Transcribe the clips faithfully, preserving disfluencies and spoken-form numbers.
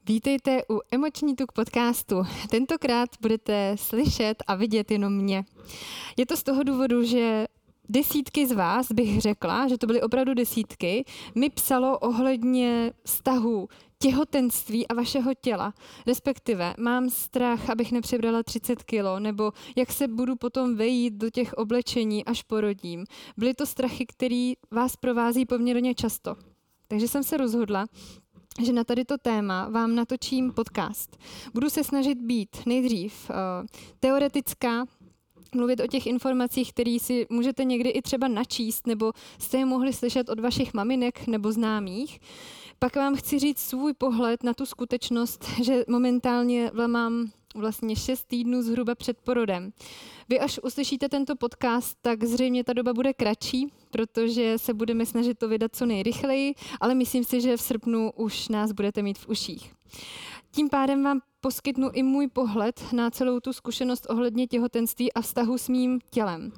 Vítejte u Emoční tuk podcastu. Tentokrát budete slyšet a vidět jenom mě. Je to z toho důvodu, že desítky z vás, bych řekla, že to byly opravdu desítky, mi psalo ohledně vztahu těhotenství a vašeho těla. Respektive mám strach, abych nepřebrala třicet kilo, nebo jak se budu potom vejít do těch oblečení, až porodím. Byly to strachy, které vás provází poměrně často. Takže jsem se rozhodla, že na tady to téma vám natočím podcast. Budu se snažit být nejdřív uh, teoretická, mluvit o těch informacích, které si můžete někdy i třeba načíst, nebo jste je mohli slyšet od vašich maminek nebo známých. Pak vám chci říct svůj pohled na tu skutečnost, že momentálně mám vlastně šest týdnů zhruba před porodem. Vy až uslyšíte tento podcast, tak zřejmě ta doba bude kratší, protože se budeme snažit to vydat co nejrychleji, ale myslím si, že v srpnu už nás budete mít v uších. Tím pádem vám poskytnu i můj pohled na celou tu zkušenost ohledně těhotenství a vztahu s mým tělem.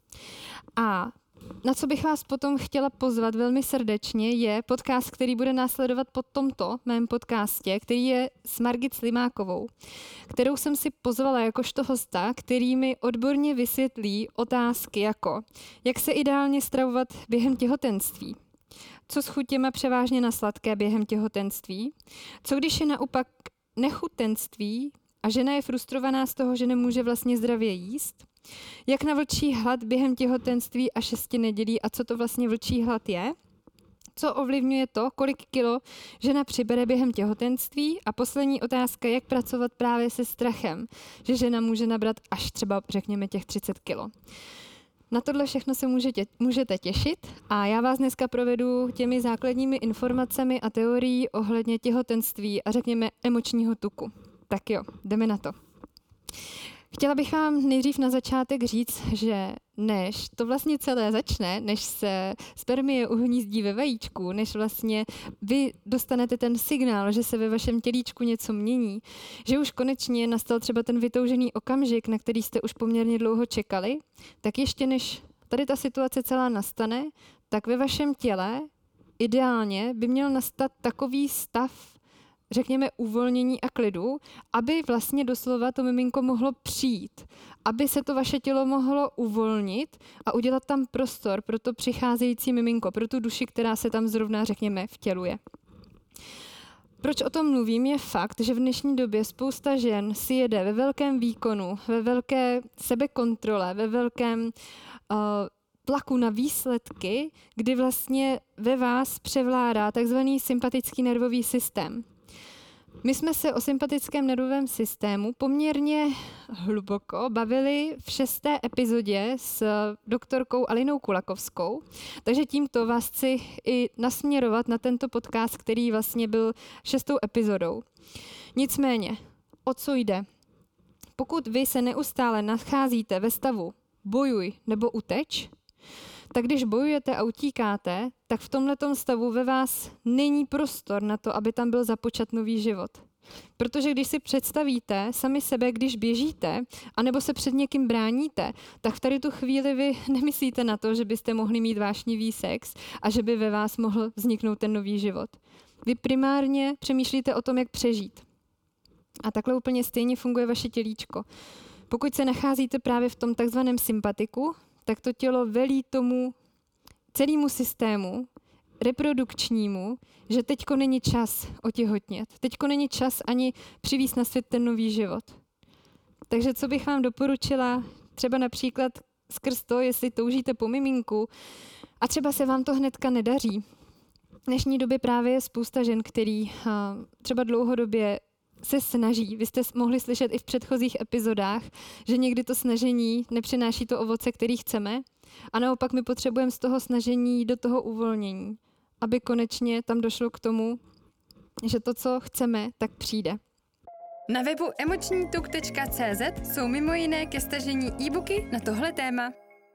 A na co bych vás potom chtěla pozvat velmi srdečně, je podcast, který bude následovat po tomto mém podcastě, který je s Margit Slimákovou, kterou jsem si pozvala jakožto hosta, který mi odborně vysvětlí otázky jako, jak se ideálně stravovat během těhotenství, co s chutěma převážně na sladké během těhotenství, co když je naopak nechutenství a žena je frustrovaná z toho, že nemůže vlastně zdravě jíst, jak na vlčí hlad během těhotenství a šesti nedělí a co to vlastně vlčí hlad je, co ovlivňuje to, kolik kilo žena přibere během těhotenství a poslední otázka, jak pracovat právě se strachem, že žena může nabrat až třeba, řekněme, těch třicet kilo. Na tohle všechno se můžete, můžete těšit a já vás dneska provedu těmi základními informacemi a teorií ohledně těhotenství a řekněme emočního tuku. Tak jo, jdeme na to. Chtěla bych vám nejdřív na začátek říct, že než to vlastně celé začne, než se spermie uhnízdí ve vajíčku, než vlastně vy dostanete ten signál, že se ve vašem tělíčku něco mění, že už konečně nastal třeba ten vytoužený okamžik, na který jste už poměrně dlouho čekali, tak ještě než tady ta situace celá nastane, tak ve vašem těle ideálně by měl nastat takový stav, řekněme, uvolnění a klidu, aby vlastně doslova to miminko mohlo přijít, aby se to vaše tělo mohlo uvolnit a udělat tam prostor pro to přicházející miminko, pro tu duši, která se tam zrovna, řekněme, vtěluje. Proč o tom mluvím, je fakt, že v dnešní době spousta žen si jede ve velkém výkonu, ve velké sebekontrole, ve velkém uh, tlaku na výsledky, kdy vlastně ve vás převládá takzvaný sympatický nervový systém. My jsme se o sympatickém nervovém systému poměrně hluboko bavili v šesté epizodě s doktorkou Alinou Kulakovskou, takže tímto vás chci i nasměrovat na tento podcast, který vlastně byl šestou epizodou. Nicméně, o co jde? Pokud vy se neustále nacházíte ve stavu bojuj nebo uteč, tak když bojujete a utíkáte, tak v tomhletom stavu ve vás není prostor na to, aby tam byl započat nový život. Protože když si představíte sami sebe, když běžíte, anebo se před někým bráníte, tak v tady tu chvíli vy nemyslíte na to, že byste mohli mít vášnivý sex a že by ve vás mohl vzniknout ten nový život. Vy primárně přemýšlíte o tom, jak přežít. A takhle úplně stejně funguje vaše tělíčko. Pokud se nacházíte právě v tom takzvaném sympatiku, tak to tělo velí tomu celému systému, reprodukčnímu, že teďko není čas otěhotnět. Teďko není čas ani přivízt na svět ten nový život. Takže co bych vám doporučila, třeba například skrz to, jestli toužíte po miminku a třeba se vám to hnedka nedaří. V dnešní době právě je spousta žen, který třeba dlouhodobě se snaží. Vy jste mohli slyšet i v předchozích epizodách, že někdy to snažení nepřináší to ovoce, který chceme, a naopak my potřebujeme z toho snažení do toho uvolnění, aby konečně tam došlo k tomu, že to, co chceme, tak přijde. Na webu emoční tuk tečka cé zet jsou mimo jiné ke stažení e-booky na tohle téma.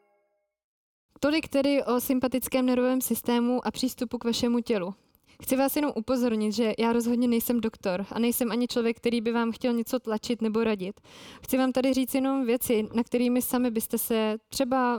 Tolik tedy o sympatickém nervovém systému a přístupu k vašemu tělu. Chci vás jenom upozornit, že já rozhodně nejsem doktor a nejsem ani člověk, který by vám chtěl něco tlačit nebo radit. Chci vám tady říct jenom věci, na kterými sami byste se třeba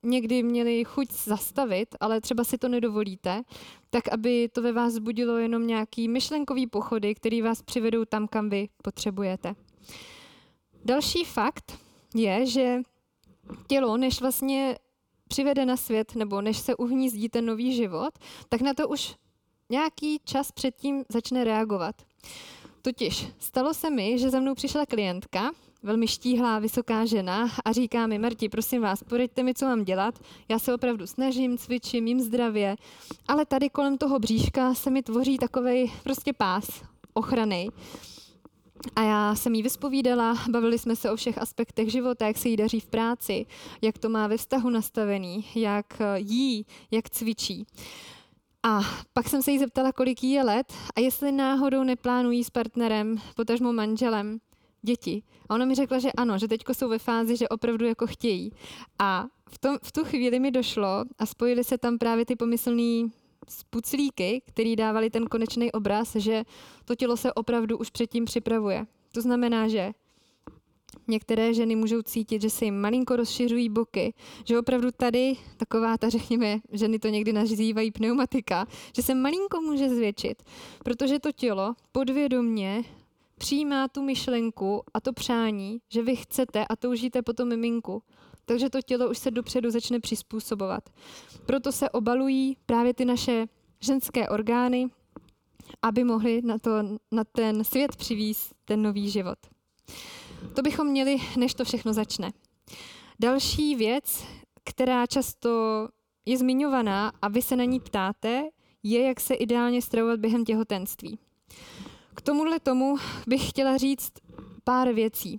někdy měli chuť zastavit, ale třeba si to nedovolíte, tak aby to ve vás vzbudilo jenom nějaký myšlenkový pochody, který vás přivedou tam, kam vy potřebujete. Další fakt je, že tělo, než vlastně přivede na svět, nebo než se uhnízdí ten nový život, tak na to už nějaký čas předtím začne reagovat. Totiž stalo se mi, že za mnou přišla klientka, velmi štíhlá, vysoká žena a říká mi: Marti, prosím vás, poraďte mi, co mám dělat. Já se opravdu snažím, cvičím, jím zdravě, ale tady kolem toho bříška se mi tvoří takovej prostě pás ochrannej. A já jsem jí vyspovídala, bavili jsme se o všech aspektech života, jak se jí daří v práci, jak to má ve vztahu nastavený, jak jí, jak cvičí. A pak jsem se jí zeptala, kolik jí je let a jestli náhodou neplánují s partnerem, potažmo manželem, děti. A ona mi řekla, že ano, že teďko jsou ve fázi, že opravdu jako chtějí. A v, tom, v tu chvíli mi došlo a spojily se tam právě ty pomyslný spuclíky, který dávali ten konečný obraz, že to tělo se opravdu už předtím připravuje. To znamená, že některé ženy můžou cítit, že se jim malinko rozšiřují boky, že opravdu tady taková ta, řekněme, ženy to někdy nazývají pneumatika, že se malinko může zvětšit, protože to tělo podvědomě přijímá tu myšlenku a to přání, že vy chcete a toužíte po tom miminku. Takže to tělo už se dopředu začne přizpůsobovat. Proto se obalují právě ty naše ženské orgány, aby mohly na, to, na ten svět přivízt ten nový život. To bychom měli, než to všechno začne. Další věc, která často je zmiňovaná a vy se na ní ptáte, je, jak se ideálně stravovat během těhotenství. K tomuhle tomu bych chtěla říct pár věcí.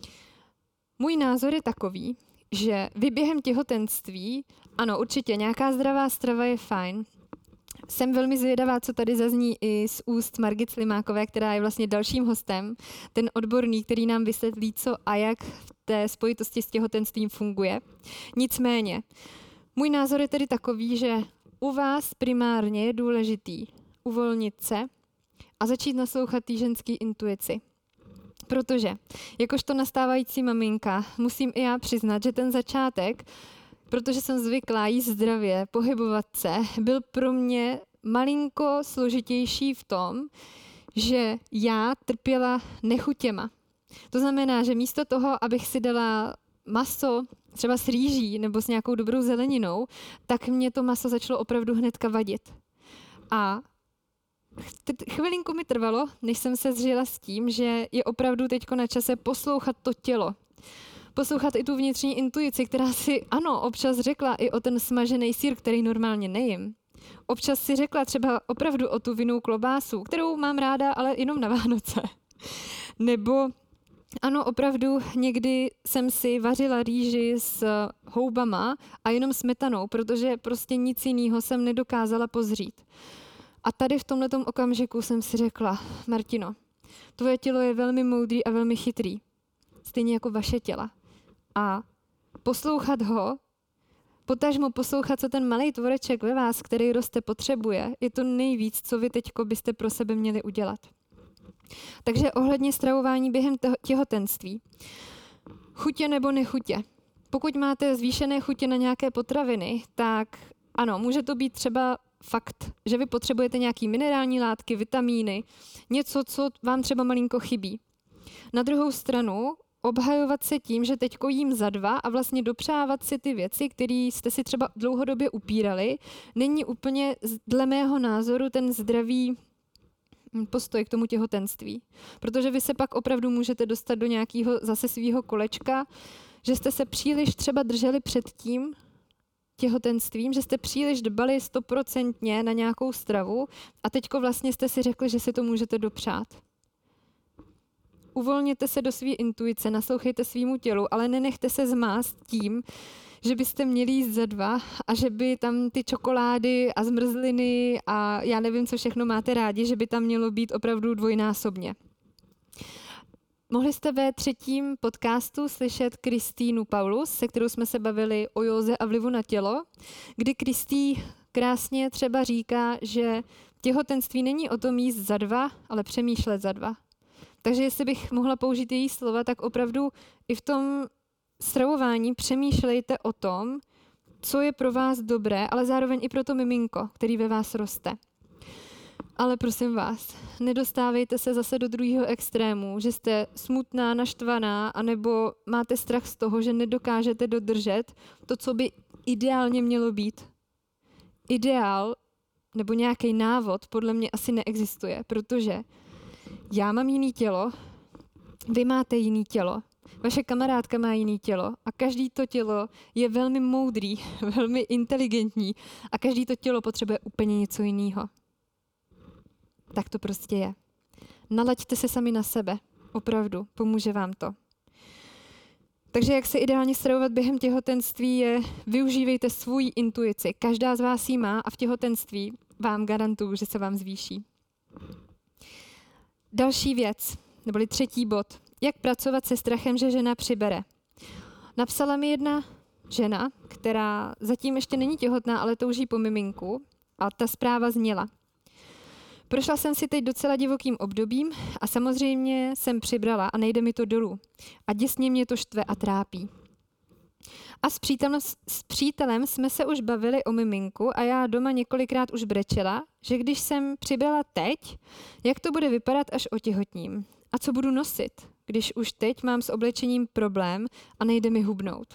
Můj názor je takový, že vy během těhotenství, ano, určitě nějaká zdravá strava je fajn. Jsem velmi zvědavá, co tady zazní i z úst Margit Slimákové, která je vlastně dalším hostem, ten odborník, který nám vysvětlí, co a jak v té spojitosti s těhotenstvím funguje. Nicméně, můj názor je tedy takový, že u vás primárně je důležitý uvolnit se a začít naslouchat té ženské intuici. Protože, jakožto nastávající maminka, musím i já přiznat, že ten začátek, protože jsem zvyklá jíst zdravě, pohybovat se, byl pro mě malinko složitější v tom, že já trpěla nechutěma. To znamená, že místo toho, abych si dala maso třeba s rýží nebo s nějakou dobrou zeleninou, tak mě to maso začalo opravdu hnedka vadit. A chvilinku mi trvalo, než jsem se zžila s tím, že je opravdu teďko na čase poslouchat to tělo. Poslouchat i tu vnitřní intuici, která si, ano, občas řekla i o ten smažený sýr, který normálně nejím. Občas si řekla třeba opravdu o tu vinnou klobásu, kterou mám ráda, ale jenom na Vánoce. Nebo ano, opravdu někdy jsem si vařila rýži s houbama a jenom smetanou, protože prostě nic jiného jsem nedokázala pozřít. A tady v tomhletom okamžiku jsem si řekla: Martino, tvoje tělo je velmi moudrý a velmi chytrý, stejně jako vaše těla. A poslouchat ho, potažmo poslouchat, co ten malej tvoreček ve vás, který roste, potřebuje, je to nejvíc, co vy teďko byste pro sebe měli udělat. Takže ohledně stravování během těhotenství. Chutě nebo nechutě. Pokud máte zvýšené chutě na nějaké potraviny, tak ano, může to být třeba fakt, že vy potřebujete nějaké minerální látky, vitamíny, něco, co vám třeba malinko chybí. Na druhou stranu obhajovat se tím, že teďko jím za dva a vlastně dopřávat si ty věci, které jste si třeba dlouhodobě upírali, není úplně dle mého názoru ten zdravý postoj k tomu těhotenství. Protože vy se pak opravdu můžete dostat do nějakého zase svýho kolečka, že jste se příliš třeba drželi před tím těhotenstvím, že jste příliš dbali stoprocentně na nějakou stravu a teďko vlastně jste si řekli, že si to můžete dopřát. Uvolněte se do své intuice, naslouchejte svýmu tělu, ale nenechte se zmást tím, že byste měli jíst za dva a že by tam ty čokolády a zmrzliny a já nevím, co všechno máte rádi, že by tam mělo být opravdu dvojnásobně. Mohli jste ve třetím podcastu slyšet Kristýnu Paulus, se kterou jsme se bavili o józe a vlivu na tělo, kdy Kristý krásně třeba říká, že těhotenství není o tom jíst za dva, ale přemýšlet za dva. Takže jestli bych mohla použít její slova, tak opravdu i v tom stravování přemýšlejte o tom, co je pro vás dobré, ale zároveň i pro to miminko, který ve vás roste. Ale prosím vás, nedostávejte se zase do druhého extrému, že jste smutná, naštvaná, anebo máte strach z toho, že nedokážete dodržet to, co by ideálně mělo být. Ideál nebo nějaký návod podle mě asi neexistuje, protože já mám jiný tělo, vy máte jiný tělo, vaše kamarádka má jiný tělo a každý to tělo je velmi moudrý, velmi inteligentní a každý to tělo potřebuje úplně něco jiného. Tak to prostě je. Nalaďte se sami na sebe. Opravdu, pomůže vám to. Takže jak se ideálně stravovat během těhotenství je, využívejte svou intuici. Každá z vás ji má a v těhotenství vám garantuju, že se vám zvýší. Další věc, neboli třetí bod. Jak pracovat se strachem, že žena přibere. Napsala mi jedna žena, která zatím ještě není těhotná, ale touží po miminku a ta zpráva zněla. Prošla jsem si teď docela divokým obdobím a samozřejmě jsem přibrala a nejde mi to dolů. A děsně mě to štve a trápí. A s přítelem, s přítelem jsme se už bavili o miminku a já doma několikrát už brečela, že když jsem přibrala teď, jak to bude vypadat, až otěhotním. A co budu nosit, když už teď mám s oblečením problém a nejde mi hubnout.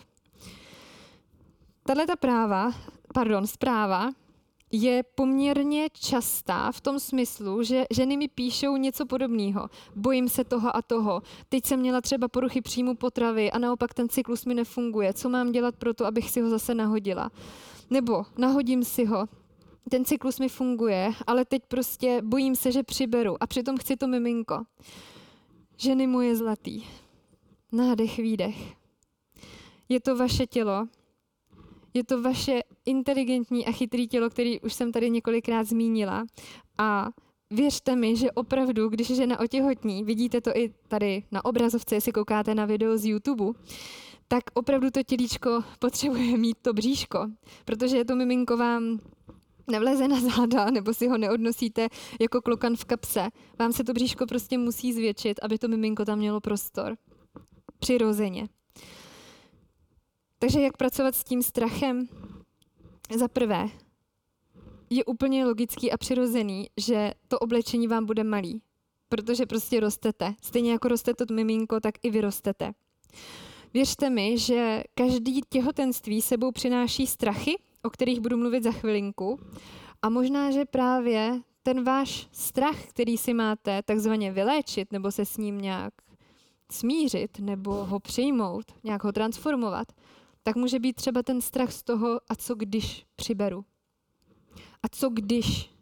Tato práva, pardon, zpráva je poměrně častá v tom smyslu, že ženy mi píšou něco podobného. Bojím se toho a toho. Teď jsem měla třeba poruchy příjmu potravy a naopak ten cyklus mi nefunguje. Co mám dělat pro to, abych si ho zase nahodila? Nebo nahodím si ho. Ten cyklus mi funguje, ale teď prostě bojím se, že přiberu a přitom chci to miminko. Ženy moje zlatý. Nádech, výdech. Je to vaše tělo. Je to vaše inteligentní a chytrý tělo, který už jsem tady několikrát zmínila. A věřte mi, že opravdu, když žena otěhotní, vidíte to i tady na obrazovce, jestli koukáte na video z YouTube, tak opravdu to tělíčko potřebuje mít to bříško, protože to miminko vám nevleze na záda, nebo si ho neodnosíte jako klokan v kapse. Vám se to bříško prostě musí zvětšit, aby to miminko tam mělo prostor. Přirozeně. Takže jak pracovat s tím strachem? Za prvé, je úplně logický a přirozený, že to oblečení vám bude malý, protože prostě rostete. Stejně jako roste to miminko, tak i vy rostete. Věřte mi, že každý těhotenství sebou přináší strachy, o kterých budu mluvit za chvilinku. A možná, že právě ten váš strach, který si máte takzvaně vyléčit, nebo se s ním nějak smířit, nebo ho přijmout, nějak ho transformovat, tak může být třeba ten strach z toho, a co když přiberu. A co když?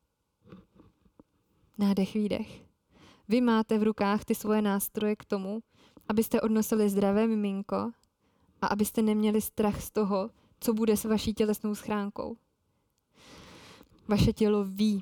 Nádech, výdech. Vy máte v rukách ty svoje nástroje k tomu, abyste odnosili zdravé miminko a abyste neměli strach z toho, co bude s vaší tělesnou schránkou. Vaše tělo ví.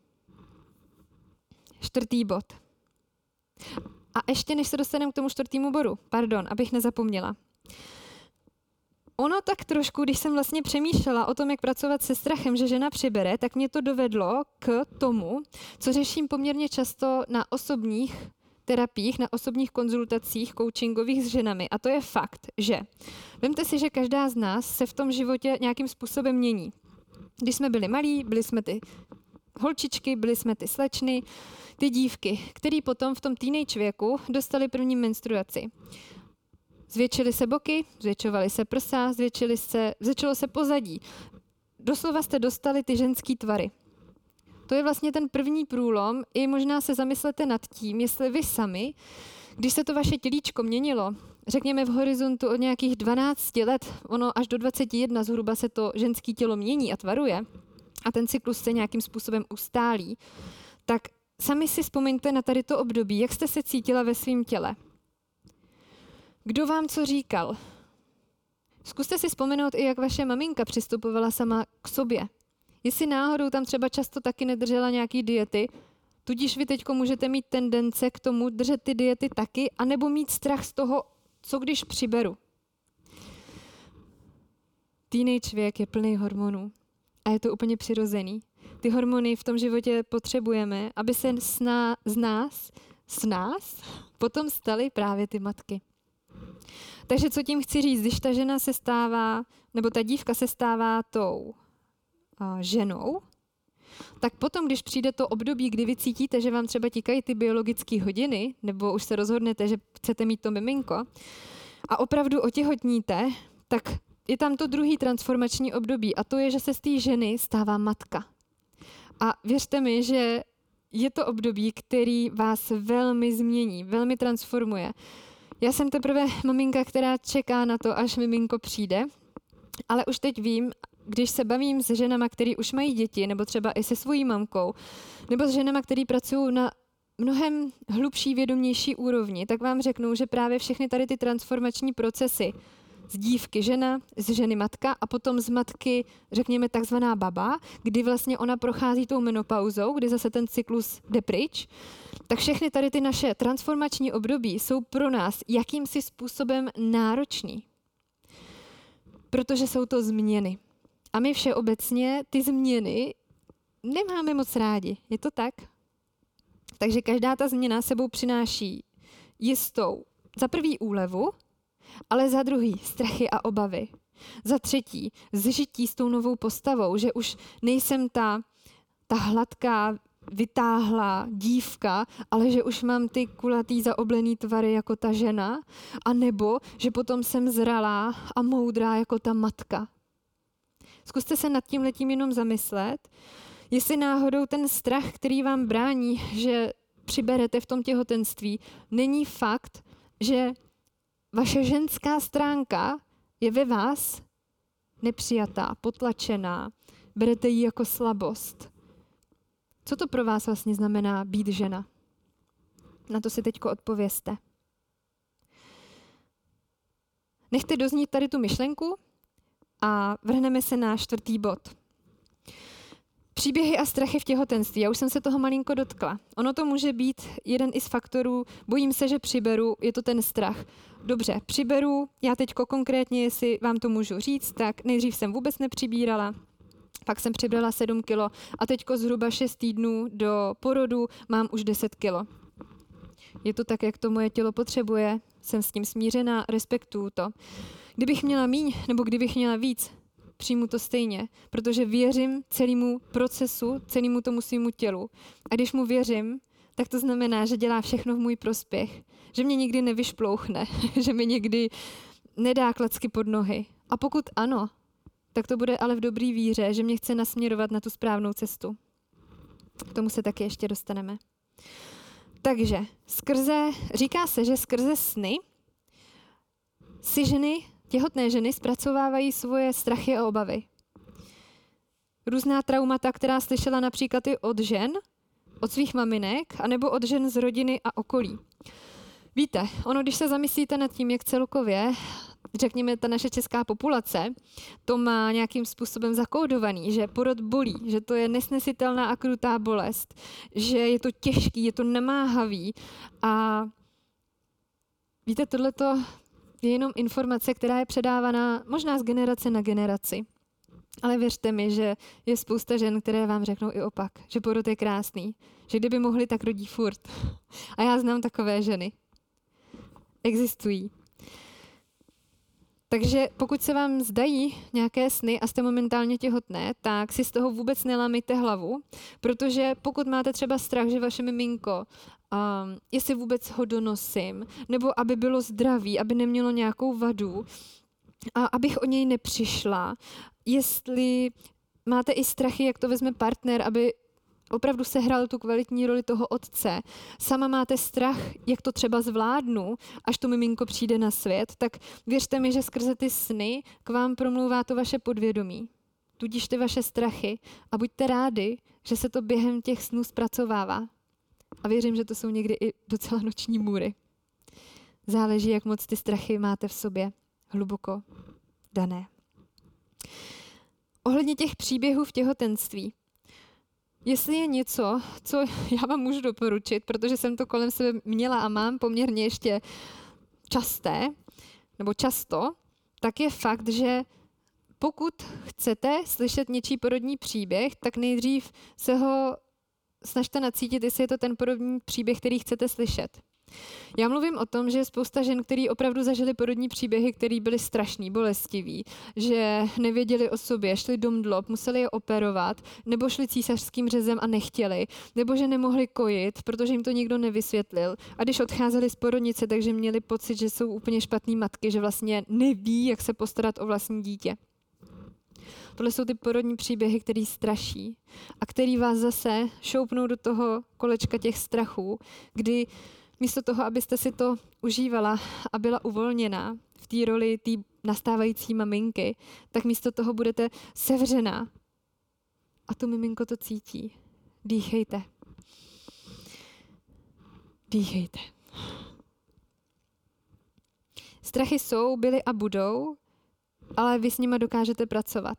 Čtvrtý bod. A ještě než se dostaneme k tomu čtvrtému bodu, pardon, abych nezapomněla. Ono tak trošku, když jsem vlastně přemýšlela o tom, jak pracovat se strachem, že žena přibere, tak mě to dovedlo k tomu, co řeším poměrně často na osobních terapiích, na osobních konzultacích coachingových s ženami. A to je fakt, že vemte si, že každá z nás se v tom životě nějakým způsobem mění. Když jsme byli malí, byli jsme ty holčičky, byli jsme ty slečny, ty dívky, který potom v tom teenage věku dostali první menstruaci. Zvětšily se boky, zvětšovaly se prsa, zvětšily se, zvětšilo se pozadí. Doslova jste dostali ty ženský tvary. To je vlastně ten první průlom. I možná se zamyslete nad tím, jestli vy sami, když se to vaše tělíčko měnilo, řekněme v horizontu od nějakých dvanácti let, ono až do dvaceti jednoho zhruba se to ženské tělo mění a tvaruje a ten cyklus se nějakým způsobem ustálí, tak sami si vzpomeňte na tady to období, jak jste se cítila ve svém těle. Kdo vám co říkal? Zkuste si vzpomenout i, jak vaše maminka přistupovala sama k sobě. Jestli náhodou tam třeba často taky nedržela nějaký diety, tudíž vy teďko můžete mít tendence k tomu držet ty diety taky, anebo mít strach z toho, co když přiberu. Teenage věk je plný hormonů a je to úplně přirozený. Ty hormony v tom životě potřebujeme, aby se z nás, z nás potom staly právě ty matky. Takže co tím chci říct, když ta žena se stává, nebo ta dívka se stává tou uh, ženou, tak potom, když přijde to období, kdy vy cítíte, že vám třeba tikají ty biologické hodiny, nebo už se rozhodnete, že chcete mít to miminko a opravdu otěhotníte, tak je tam to druhý transformační období a to je, že se z té ženy stává matka. A věřte mi, že je to období, který vás velmi změní, velmi transformuje. Já jsem teprve maminka, která čeká na to, až miminko přijde, ale už teď vím, když se bavím s ženama, který už mají děti, nebo třeba i se svojí mamkou, nebo s ženama, který pracují na mnohem hlubší, vědomější úrovni, tak vám řeknu, že právě všechny tady ty transformační procesy z dívky žena, z ženy matka a potom z matky, řekněme, takzvaná baba, kdy vlastně ona prochází tou menopauzou, kdy zase ten cyklus jde pryč, tak všechny tady ty naše transformační období jsou pro nás jakýmsi způsobem náročný. Protože jsou to změny. A my všeobecně ty změny nemáme moc rádi. Je to tak? Takže každá ta změna sebou přináší jistou, za prvý úlevu, ale za druhý strachy a obavy. Za třetí zžití s tou novou postavou, že už nejsem ta, ta hladká, vytáhlá dívka, ale že už mám ty kulatý zaoblený tvary jako ta žena, a nebo že potom jsem zralá a moudrá jako ta matka. Zkuste se nad tímhletím jenom zamyslet, jestli náhodou ten strach, který vám brání, že přiberete v tom těhotenství, není fakt, že vaše ženská stránka je ve vás nepřijatá, potlačená, berete ji jako slabost. Co to pro vás vlastně znamená být žena? Na to si teďko odpovězte. Nechte doznít tady tu myšlenku a vrhneme se na čtvrtý bod. Příběhy a strachy v těhotenství. Já už jsem se toho malinko dotkla. Ono to může být jeden i z faktorů, bojím se, že přiberu, je to ten strach. Dobře, přiberu, já teďko konkrétně, jestli vám to můžu říct, tak nejdřív jsem vůbec nepřibírala, pak jsem přibrala sedm kilo a teďko zhruba šest týdnů do porodu mám už deset kilo. Je to tak, jak to moje tělo potřebuje, jsem s tím smířená, respektuju to. Kdybych měla míň, nebo kdybych měla víc, přijmu to stejně, protože věřím celému procesu, celému tomu svýmu tělu. A když mu věřím, tak to znamená, že dělá všechno v můj prospěch. Že mě nikdy nevyšplouchne, že mi někdy nedá klacky pod nohy. A pokud ano, tak to bude ale v dobrý víře, že mě chce nasměrovat na tu správnou cestu. K tomu se taky ještě dostaneme. Takže skrze, říká se, že skrze sny si ženy, těhotné ženy zpracovávají svoje strachy a obavy. Různá traumata, která slyšela například i od žen, od svých maminek, anebo od žen z rodiny a okolí. Víte, ono, když se zamyslíte nad tím, jak celkově, řekněme, ta naše česká populace, to má nějakým způsobem zakódovaný, že porod bolí, že to je nesnesitelná a krutá bolest, že je to těžký, je to namáhavý a víte, tohleto je jenom informace, která je předávaná možná z generace na generaci. Ale věřte mi, že je spousta žen, které vám řeknou i opak, že porod je krásný, že kdyby mohli, tak rodí furt. A já znám takové ženy. Existují. Takže pokud se vám zdají nějaké sny a jste momentálně těhotné, tak si z toho vůbec nelámejte hlavu, protože pokud máte třeba strach, že vaše miminko, um, jestli vůbec ho donosím, nebo aby bylo zdravý, aby nemělo nějakou vadu, a abych o něj nepřišla, jestli máte i strachy, jak to vezme partner, aby opravdu sehrál tu kvalitní roli toho otce, sama máte strach, jak to třeba zvládnu, až to miminko přijde na svět, tak věřte mi, že skrze ty sny k vám promlouvá to vaše podvědomí. Tudíž ty vaše strachy a buďte rádi, že se to během těch snů zpracovává. A věřím, že to jsou někdy i docela noční můry. Záleží, jak moc ty strachy máte v sobě hluboko dané. Ohledně těch příběhů v těhotenství. Jestli je něco, co já vám můžu doporučit, protože jsem to kolem sebe měla a mám poměrně ještě časté, nebo často, tak je fakt, že pokud chcete slyšet něčí porodní příběh, tak nejdřív se ho snažte nacítit, jestli je to ten porodní příběh, který chcete slyšet. Já mluvím o tom, že je spousta žen, který opravdu zažili porodní příběhy, které byly strašný, bolestivý, že nevěděli o sobě, šli do mdlob, museli je operovat, nebo šli císařským řezem a nechtěli, nebo že nemohli kojit, protože jim to nikdo nevysvětlil. A když odcházeli z porodnice, takže měli pocit, že jsou úplně špatný matky, že vlastně neví, jak se postarat o vlastní dítě. Tohle jsou ty porodní příběhy, které straší a který vás zase šoupnou do toho kolečka těch strachů, kdy místo toho, abyste si to užívala a byla uvolněná v té roli té nastávající maminky, tak místo toho budete sevřená. A to miminko to cítí. Dýchejte. Dýchejte. Strachy jsou, byly a budou, ale vy s nima dokážete pracovat.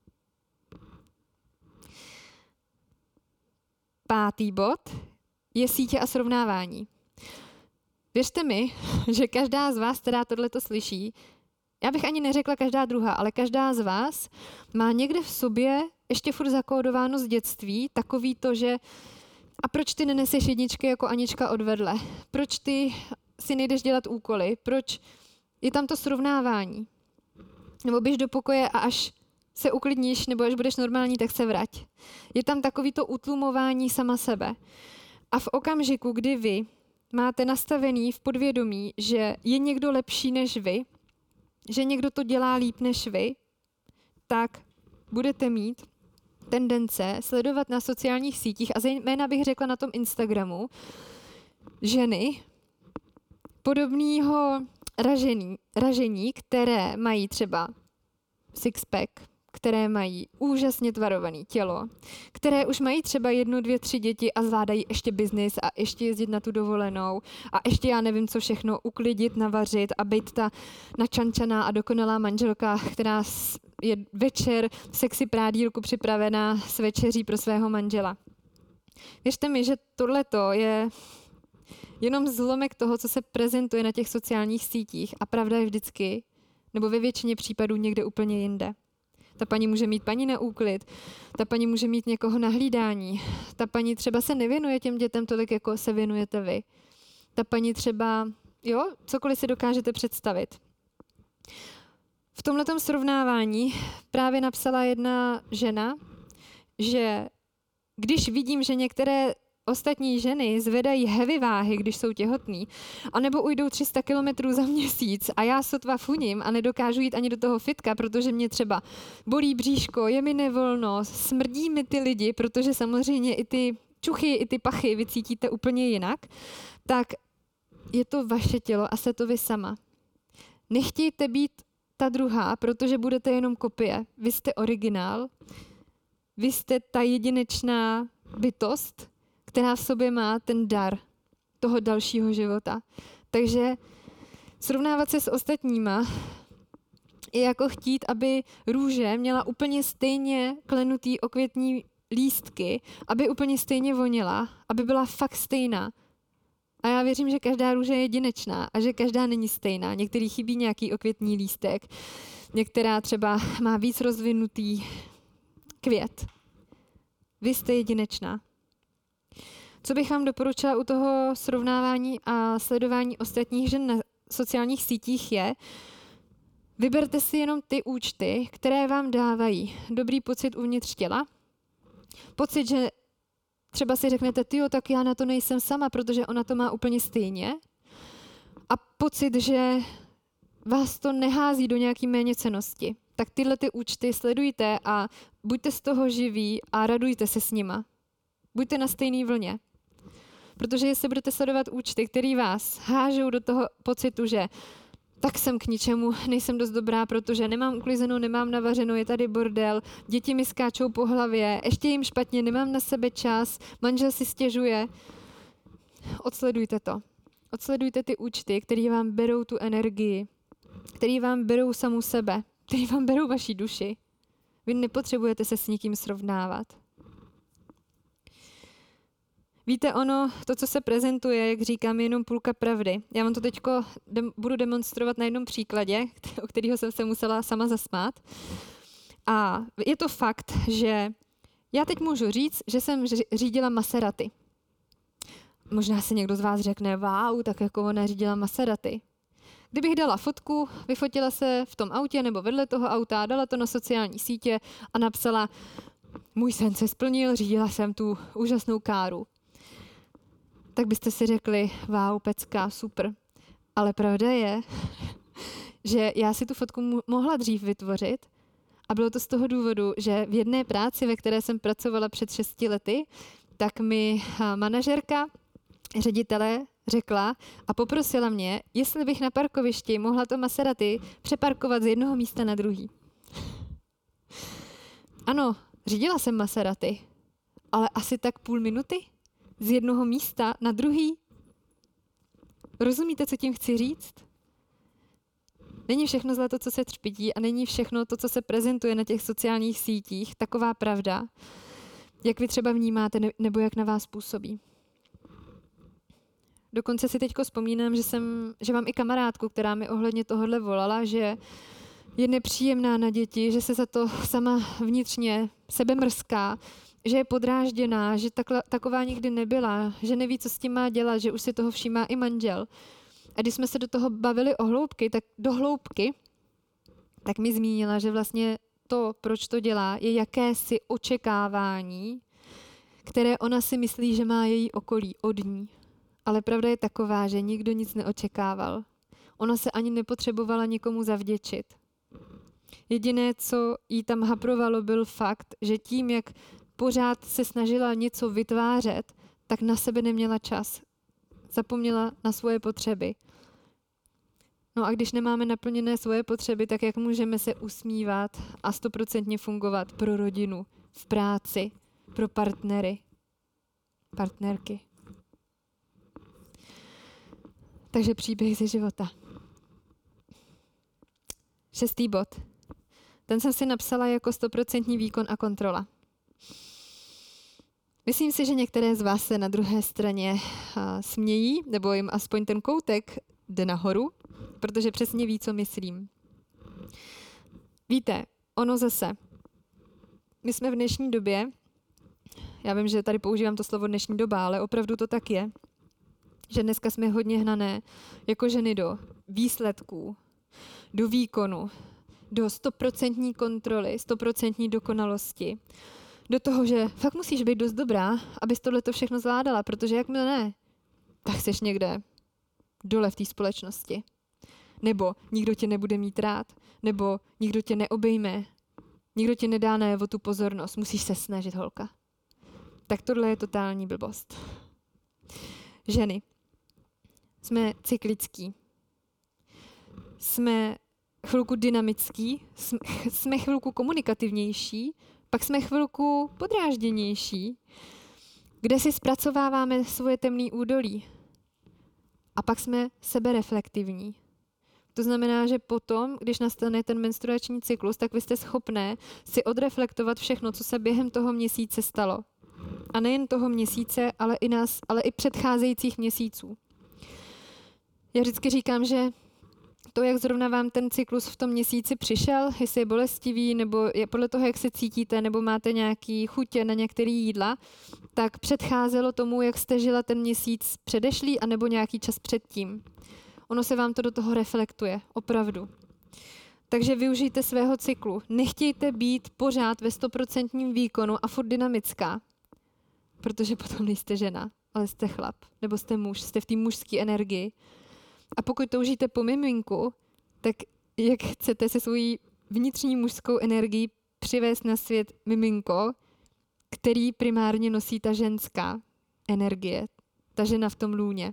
Pátý bod je sítě a srovnávání. Věřte mi, že každá z vás, která tohleto slyší, já bych ani neřekla každá druhá, ale každá z vás má někde v sobě ještě furt zakódováno z dětství takový to, že a proč ty neneseš jedničky jako Anička odvedle? Proč ty si nejdeš dělat úkoly? Proč je tam to srovnávání? Nebo běž do pokoje a až se uklidníš, nebo až budeš normální, tak se vrať. Je tam takový to utlumování sama sebe. A v okamžiku, kdy vy máte nastavený v podvědomí, že je někdo lepší než vy, že někdo to dělá líp než vy, tak budete mít tendence sledovat na sociálních sítích a zejména bych řekla na tom Instagramu ženy podobného ražení, ražení, které mají třeba sixpack, které mají úžasně tvarované tělo, které už mají třeba jednu, dvě, tři děti a zvládají ještě biznis a ještě jezdit na tu dovolenou a ještě já nevím, co všechno uklidit, navařit a být ta načančaná a dokonalá manželka, která je večer sexy prádílku připravená s večeří pro svého manžela. Věřte mi, že tohleto je jenom zlomek toho, co se prezentuje na těch sociálních sítích a pravda je vždycky, nebo ve většině případů někde úplně jinde. Ta paní může mít paní na úklid, ta paní může mít někoho na hlídání, ta paní třeba se nevěnuje těm dětem tolik, jako se věnujete vy. Ta paní třeba, jo, cokoliv si dokážete představit. V tomhletom srovnávání právě napsala jedna žena, že když vidím, že některé ostatní ženy zvedají heavy váhy, když jsou těhotný, anebo ujdou tři sta kilometrů za měsíc a já sotva funím a nedokážu jít ani do toho fitka, protože mě třeba bolí bříško, je mi nevolno, smrdí mi ty lidi, protože samozřejmě i ty čuchy, i ty pachy vy cítíte úplně jinak, tak je to vaše tělo a jste to vy sama. Nechtějte být ta druhá, protože budete jenom kopie. Vy jste originál, vy jste ta jedinečná bytost, která v sobě má ten dar toho dalšího života. Takže srovnávat se s ostatníma je jako chtít, aby růže měla úplně stejně klenutý okvětní lístky, aby úplně stejně voněla, aby byla fakt stejná. A já věřím, že každá růže je jedinečná a že každá není stejná. Některý chybí nějaký okvětní lístek, některá třeba má víc rozvinutý květ. Vy jste jedinečná. Co bych vám doporučila u toho srovnávání a sledování ostatních žen na sociálních sítích je, vyberte si jenom ty účty, které vám dávají dobrý pocit uvnitř těla, pocit, že třeba si řeknete, tyjo, tak já na to nejsem sama, protože ona to má úplně stejně, a pocit, že vás to nehází do nějaký méněcennosti. Tak tyhle ty účty sledujte a buďte z toho živí a radujte se s nima. Buďte na stejné vlně. Protože jestli budete sledovat účty, které vás hážou do toho pocitu, že tak jsem k ničemu, nejsem dost dobrá, protože nemám uklizenou, nemám navařenou, je tady bordel, děti mi skáčou po hlavě, ještě jim špatně, nemám na sebe čas, manžel si stěžuje. Odsledujte to. Odsledujte ty účty, které vám berou tu energii, které vám berou samu sebe, které vám berou vaši duši. Vy nepotřebujete se s nikým srovnávat. Víte, ono, to, co se prezentuje, jak říkám, je jenom půlka pravdy. Já vám to teď dem- budu demonstrovat na jednom příkladě, o kterého jsem se musela sama zasmát. A je to fakt, že já teď můžu říct, že jsem řídila Maserati. možná si někdo z vás řekne, wow, tak jako ona řídila Maserati. Kdybych dala fotku, vyfotila se v tom autě nebo vedle toho auta, dala to na sociální sítě a napsala, můj sen se splnil, řídila jsem tu úžasnou káru. Tak byste si řekli, wow, pecka, super. Ale pravda je, že já si tu fotku mohla dřív vytvořit a bylo to z toho důvodu, že v jedné práci, ve které jsem pracovala před šesti lety, tak mi manažerka, ředitele řekla a poprosila mě, jestli bych na parkovišti mohla to Maserati přeparkovat z jednoho místa na druhý. Ano, řídila jsem Maserati, ale asi tak půl minuty z jednoho místa na druhý. Rozumíte, co tím chci říct? Není všechno zlato, co se třpytí a není všechno to, co se prezentuje na těch sociálních sítích, taková pravda, jak vy třeba vnímáte nebo jak na vás působí. Dokonce si teďko vzpomínám, že, jsem, že mám i kamarádku, která mi ohledně tohohle volala, že je nepříjemná na děti, že se za to sama vnitřně sebemrzká, že je podrážděná, že takla, taková nikdy nebyla, že neví, co s tím má dělat, že už si toho všímá i manžel. A když jsme se do toho bavili o hloubky, tak do hloubky, tak mi zmínila, že vlastně to, proč to dělá, je jakési očekávání, které ona si myslí, že má její okolí od ní. Ale pravda je taková, že nikdo nic neočekával. Ona se ani nepotřebovala nikomu zavděčit. Jediné, co jí tam haprovalo, byl fakt, že tím, jak pořád se snažila něco vytvářet, tak na sebe neměla čas. Zapomněla na svoje potřeby. No a když nemáme naplněné svoje potřeby, tak jak můžeme se usmívat a stoprocentně fungovat pro rodinu, v práci, pro partnery, partnerky. Takže příběh ze života. Šestý bod. Ten jsem si napsala jako stoprocentní výkon a kontrola. Myslím si, že některé z vás se na druhé straně uh, smějí, nebo jim aspoň ten koutek jde nahoru, protože přesně ví, co myslím. Víte, ono zase. My jsme v dnešní době, já vím, že tady používám to slovo dnešní doba, ale opravdu to tak je, že dneska jsme hodně hnané jako ženy do výsledků, do výkonu, do stoprocentní kontroly, stoprocentní dokonalosti, do toho, že fakt musíš být dost dobrá, abys tohleto všechno zvládala, protože jakmile ne, tak seš někde dole v té společnosti. Nebo nikdo tě nebude mít rád, nebo nikdo tě neobejme, nikdo tě nedá najevo tu pozornost, musíš se snažit, holka. Tak tohle je totální blbost. Ženy. Jsme cyklický. Jsme chvilku dynamický, jsme chvilku komunikativnější, pak jsme chvilku podrážděnější, kde si zpracováváme svoje temné údolí. A pak jsme sebereflektivní. To znamená, že potom, když nastane ten menstruační cyklus, tak vy jste schopné si odreflektovat všechno, co se během toho měsíce stalo. A nejen toho měsíce, ale i nás, ale i předcházejících měsíců. Já vždycky říkám, že to, jak zrovna vám ten cyklus v tom měsíci přišel, jestli je bolestivý, nebo je podle toho, jak se cítíte, nebo máte nějaký chutě na některé jídla, tak předcházelo tomu, jak jste žila ten měsíc předešlý, anebo nějaký čas předtím. Ono se vám to do toho reflektuje, opravdu. Takže využijte svého cyklu. Nechtějte být pořád ve stoprocentním výkonu a furt dynamická, protože potom nejste žena, ale jste chlap, nebo jste muž, jste v té mužské energii. A pokud toužíte po miminku, tak jak chcete se svojí vnitřní mužskou energií přivést na svět miminko, který primárně nosí ta ženská energie, ta žena v tom lůně.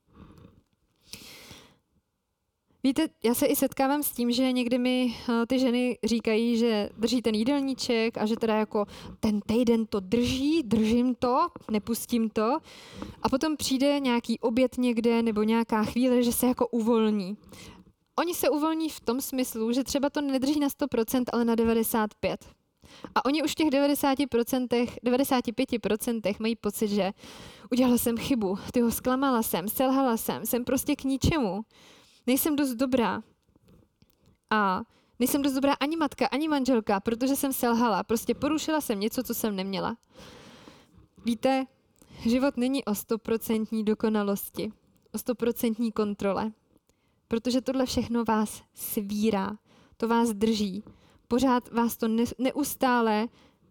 Víte, já se i setkávám s tím, že někdy mi uh, ty ženy říkají, že drží ten jídelníček a že teda jako ten týden to drží, držím to, nepustím to a potom přijde nějaký oběd někde nebo nějaká chvíle, že se jako uvolní. Oni se uvolní v tom smyslu, že třeba to nedrží na sto procent, ale na devadesát pět procent. A oni už v těch devadesát procent, devadesát pět procent mají pocit, že udělala jsem chybu, tyho zklamala jsem, selhala jsem, jsem prostě k ničemu. Nejsem dost dobrá. A nejsem dost dobrá ani matka, ani manželka, protože jsem selhala. Prostě porušila jsem něco, co jsem neměla. Víte, život není o stoprocentní dokonalosti, o stoprocentní kontrole, protože tohle všechno vás svírá, to vás drží, pořád vás to ne, neustále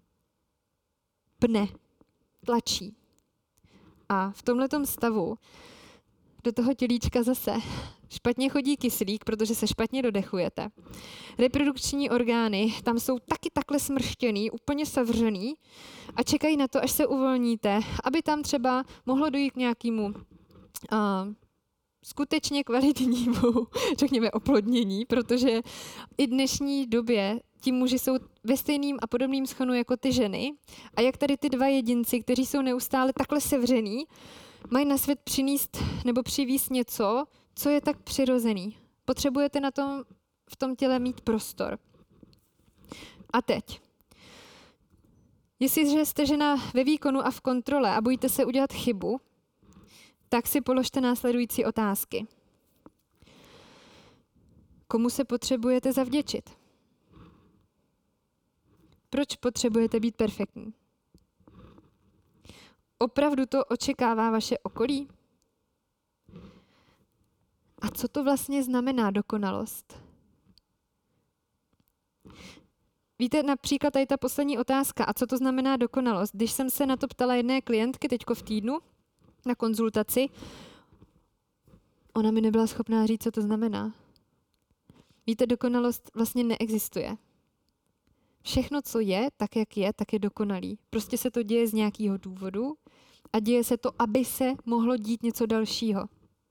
pne, tlačí. A v tomhletom stavu do toho tělíčka zase špatně chodí kyslík, protože se špatně dodechujete. Reprodukční orgány tam jsou taky takhle smrštěný, úplně sevřený a čekají na to, až se uvolníte, aby tam třeba mohlo dojít k nějakému uh, skutečně kvalitnímu, řekněme, oplodnění, protože i dnešní době ti muži jsou ve stejným a podobným schonu jako ty ženy a jak tady ty dva jedinci, kteří jsou neustále takhle sevřený, mají na svět přinést nebo přivízt něco, co je tak přirozený. Potřebujete na tom, v tom těle mít prostor. A teď. Jestliže jste žena ve výkonu a v kontrole a bojíte se udělat chybu, tak si položte následující otázky. Komu se potřebujete zavděčit? Proč potřebujete být perfektní? Opravdu to očekává vaše okolí? A co to vlastně znamená dokonalost? Víte, například tady ta poslední otázka, a co to znamená dokonalost? Když jsem se na to ptala jedné klientky teďko v týdnu na konzultaci, ona mi nebyla schopná říct, co to znamená. Víte, dokonalost vlastně neexistuje. Všechno, co je, tak jak je, tak je dokonalý. Prostě se to děje z nějakého důvodu a děje se to, aby se mohlo dít něco dalšího.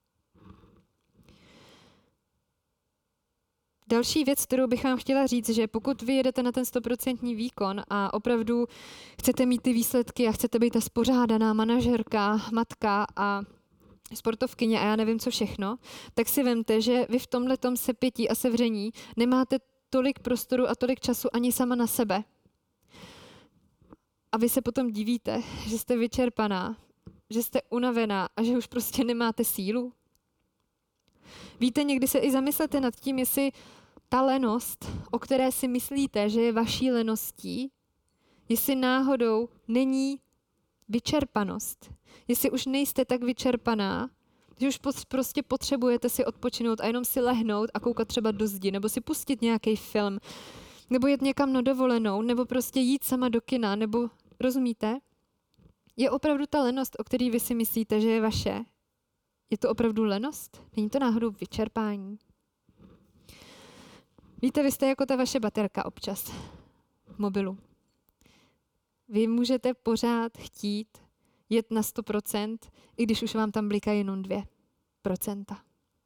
Další věc, kterou bych vám chtěla říct, že pokud vy jedete na ten stoprocentní výkon a opravdu chcete mít ty výsledky a chcete být ta spořádaná manažerka, matka a sportovkyně a já nevím co všechno, tak si vemte, že vy v tomhletom sepětí a sevření nemáte tolik prostoru a tolik času ani sama na sebe. A vy se potom divíte, že jste vyčerpaná, že jste unavená a že už prostě nemáte sílu. Víte, někdy se i zamyslete nad tím, jestli ta lenost, o které si myslíte, že je vaší leností, jestli náhodou není vyčerpanost. Jestli už nejste tak vyčerpaná, že už prostě potřebujete si odpočinout a jenom si lehnout a koukat třeba do zdi, nebo si pustit nějaký film, nebo jet někam na dovolenou, nebo prostě jít sama do kina, nebo rozumíte? Je opravdu ta lenost, o který vy si myslíte, že je vaše, je to opravdu lenost? Není to náhodou vyčerpání? Víte, vy jste jako ta vaše baterka občas v mobilu. Vy můžete pořád chtít jet na sto procent, i když už vám tam blikají jenom dvě procenta.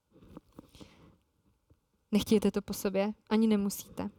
Nechtějte to po sobě, ani nemusíte.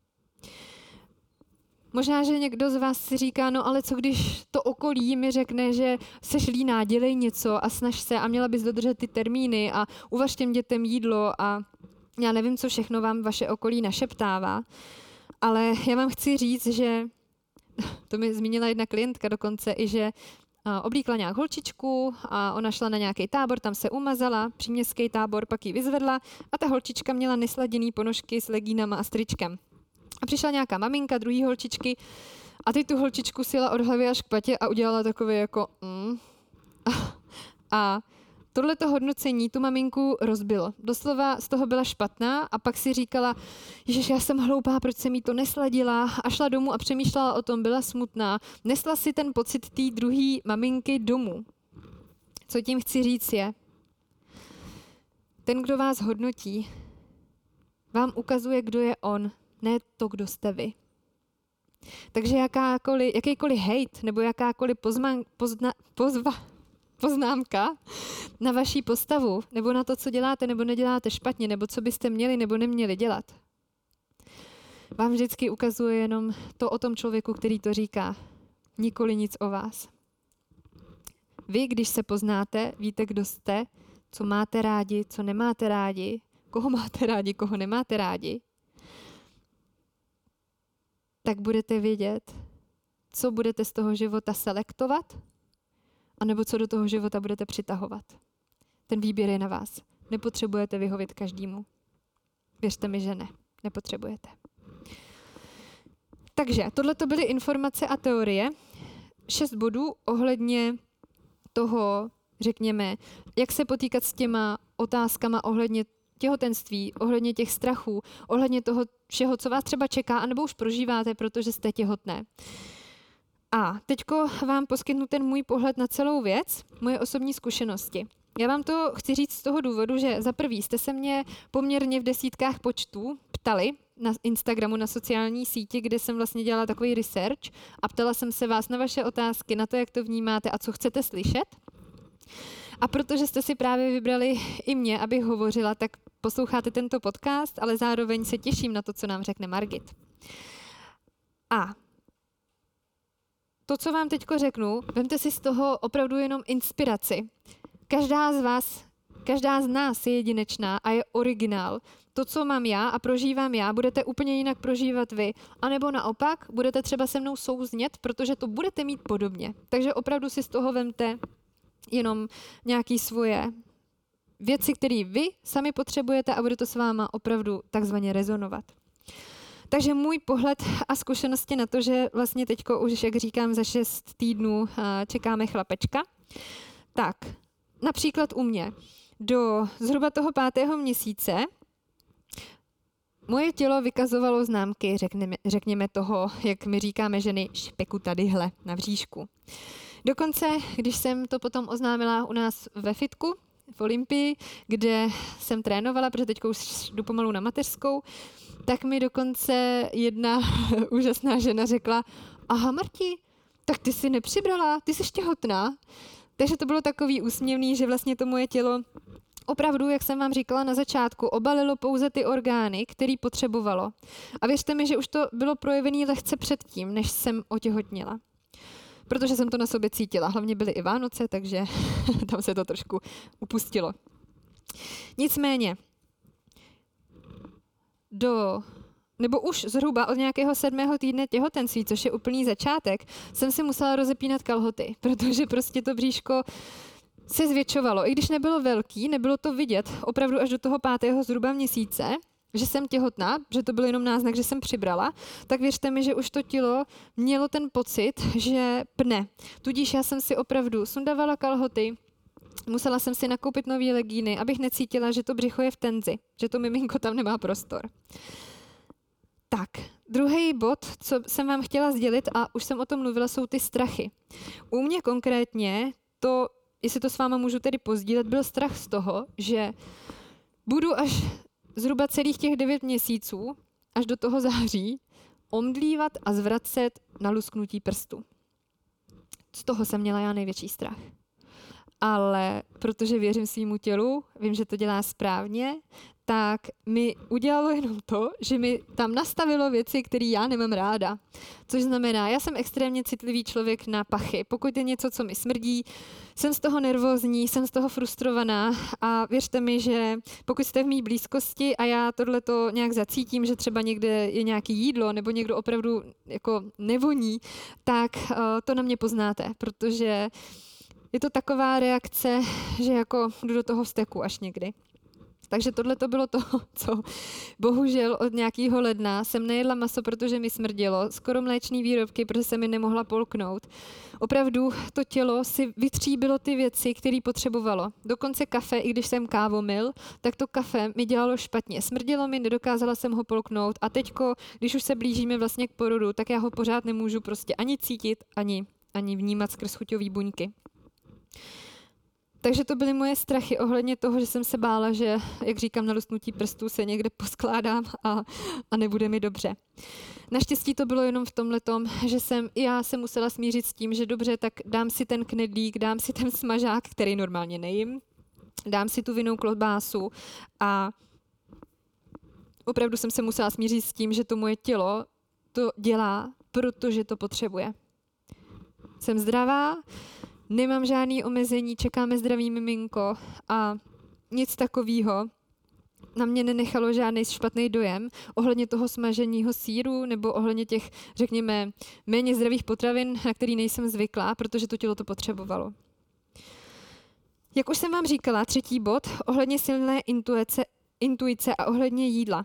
Možná, že někdo z vás si říká, no ale co když to okolí mi řekne, že seš líná, dělej něco a snaž se a měla bys dodržet ty termíny a uvaž těm dětem jídlo a já nevím, co všechno vám vaše okolí našeptává, ale já vám chci říct, že to mi zmínila jedna klientka dokonce i, že oblíkla nějak holčičku a ona šla na nějaký tábor, tam se umazala, příměstský tábor, pak ji vyzvedla a ta holčička měla nesladěný ponožky s legínama a stričkem. A přišla nějaká maminka druhý holčičky a teď tu holčičku sjela od hlavy až k patě a udělala takové jako mm. A, a tohleto hodnocení tu maminku rozbilo. Doslova z toho byla špatná a pak si říkala, ježiš, já jsem hloupá, proč jsem jí to nesladila a šla domů a přemýšlela o tom, byla smutná. Nesla si ten pocit té druhé maminky domů. Co tím chci říct je, ten, kdo vás hodnotí, vám ukazuje, kdo je on, ne to, kdo jste vy. Takže jakákoliv, jakýkoliv hejt nebo jakákoliv pozman, pozna, pozva, poznámka na vaší postavu, nebo na to, co děláte nebo neděláte špatně, nebo co byste měli nebo neměli dělat, vám vždycky ukazuje jenom to o tom člověku, který to říká. Nikoli nic o vás. Vy, když se poznáte, víte, kdo jste, co máte rádi, co nemáte rádi, koho máte rádi, koho nemáte rádi, tak budete vědět, co budete z toho života selektovat, anebo co do toho života budete přitahovat. Ten výběr je na vás. Nepotřebujete vyhovět každému. Věřte mi, že ne. Nepotřebujete. Takže tohle to byly informace a teorie. Šest bodů ohledně toho, řekněme, jak se potýkat s těma otázkama ohledně těhotenství, ohledně těch strachů, ohledně toho všeho, co vás třeba čeká, anebo už prožíváte, protože jste těhotné. A teďko vám poskytnu ten můj pohled na celou věc, moje osobní zkušenosti. Já vám to chci říct z toho důvodu, že za prvý jste se mě poměrně v desítkách počtů ptali na Instagramu, na sociální síti, kde jsem vlastně dělala takový research a ptala jsem se vás na vaše otázky, na to, jak to vnímáte a co chcete slyšet. A protože jste si právě vybrali i mě, abych hovořila, tak posloucháte tento podcast, ale zároveň se těším na to, co nám řekne Margit. A to, co vám teďko řeknu, vemte si z toho opravdu jenom inspiraci. Každá z vás, každá z nás je jedinečná a je originál. To, co mám já a prožívám já, budete úplně jinak prožívat vy. A nebo naopak, budete třeba se mnou souznět, protože to budete mít podobně. Takže opravdu si z toho vemte jenom nějaké svoje věci, které vy sami potřebujete a bude to s váma opravdu takzvaně rezonovat. Takže můj pohled a zkušenosti na to, že vlastně teďko už, jak říkám, za šest týdnů čekáme chlapečka, tak například u mě do zhruba toho pátého měsíce moje tělo vykazovalo známky, řekněme, řekněme toho, jak my říkáme ženy, špeku tadyhle na bříšku. Dokonce, když jsem to potom oznámila u nás ve fitku, v Olympii, kde jsem trénovala, protože teď už jdu pomalu na mateřskou, tak mi dokonce jedna úžasná žena řekla, aha Marti, tak ty jsi nepřibrala, ty jsi těhotná. Takže to bylo takový úsměvný, že vlastně to moje tělo opravdu, jak jsem vám říkala na začátku, obalilo pouze ty orgány, které potřebovalo. A věřte mi, že už to bylo projevené lehce předtím, než jsem otěhotněla. Protože jsem to na sobě cítila. Hlavně byly i Vánoce, takže tam se to trošku upustilo. Nicméně, do, nebo už zhruba od nějakého sedmého týdne těhotenství, což je úplný začátek, jsem si musela rozepínat kalhoty, protože prostě to bříško se zvětšovalo. I když nebylo velký, nebylo to vidět opravdu až do toho pátého zhruba měsíce, že jsem těhotná, že to byl jenom náznak, že jsem přibrala, tak věřte mi, že už to tělo mělo ten pocit, že pne. Tudíž já jsem si opravdu sundavala kalhoty, musela jsem si nakoupit nový legíny, abych necítila, že to břicho je v tenzi, že to miminko tam nemá prostor. Tak, druhý bod, co jsem vám chtěla sdělit, a už jsem o tom mluvila, jsou ty strachy. U mě konkrétně to, jestli to s váma můžu tedy pozdílet, byl strach z toho, že budu až zhruba celých těch devět měsíců, až do toho září, omdlívat a zvracet na lusknutí prstu. Z toho jsem měla já největší strach. Ale protože věřím svýmu tělu, vím, že to dělá správně, tak mi udělalo jenom to, že mi tam nastavilo věci, které já nemám ráda. Což znamená, já jsem extrémně citlivý člověk na pachy. Pokud je něco, co mi smrdí, jsem z toho nervózní, jsem z toho frustrovaná a věřte mi, že pokud jste v mý blízkosti a já tohleto nějak zacítím, že třeba někde je nějaké jídlo nebo někdo opravdu jako nevoní, tak uh, to na mě poznáte, protože je to taková reakce, že jako jdu do toho vzteku až někdy. Takže tohle to bylo to, co bohužel od nějakého ledna jsem nejedla maso, protože mi smrdělo, skoro mléčný výrobky, protože se mi nemohla polknout. Opravdu to tělo si vytříbilo ty věci, které potřebovalo. Dokonce kafe, i když jsem kávomil, tak to kafe mi dělalo špatně. Smrdělo mi, nedokázala jsem ho polknout a teďko, když už se blížíme vlastně k porodu, tak já ho pořád nemůžu prostě ani cítit, ani, ani vnímat skrz chuťové buňky. Takže to byly moje strachy ohledně toho, že jsem se bála, že, jak říkám, na lusknutí prstů se někde poskládám a, a nebude mi dobře. Naštěstí to bylo jenom v tomhletom, že jsem i já se musela smířit s tím, že dobře, tak dám si ten knedlík, dám si ten smažák, který normálně nejím, dám si tu vinnou klobásu a opravdu jsem se musela smířit s tím, že to moje tělo to dělá, protože to potřebuje. Jsem zdravá, nemám žádný omezení, čekáme zdravý miminko a nic takového na mě nenechalo žádný špatný dojem ohledně toho smaženého sýru nebo ohledně těch, řekněme, méně zdravých potravin, na který nejsem zvyklá, protože to tělo to potřebovalo. Jak už jsem vám říkala, třetí bod, ohledně silné intuice, intuice a ohledně jídla.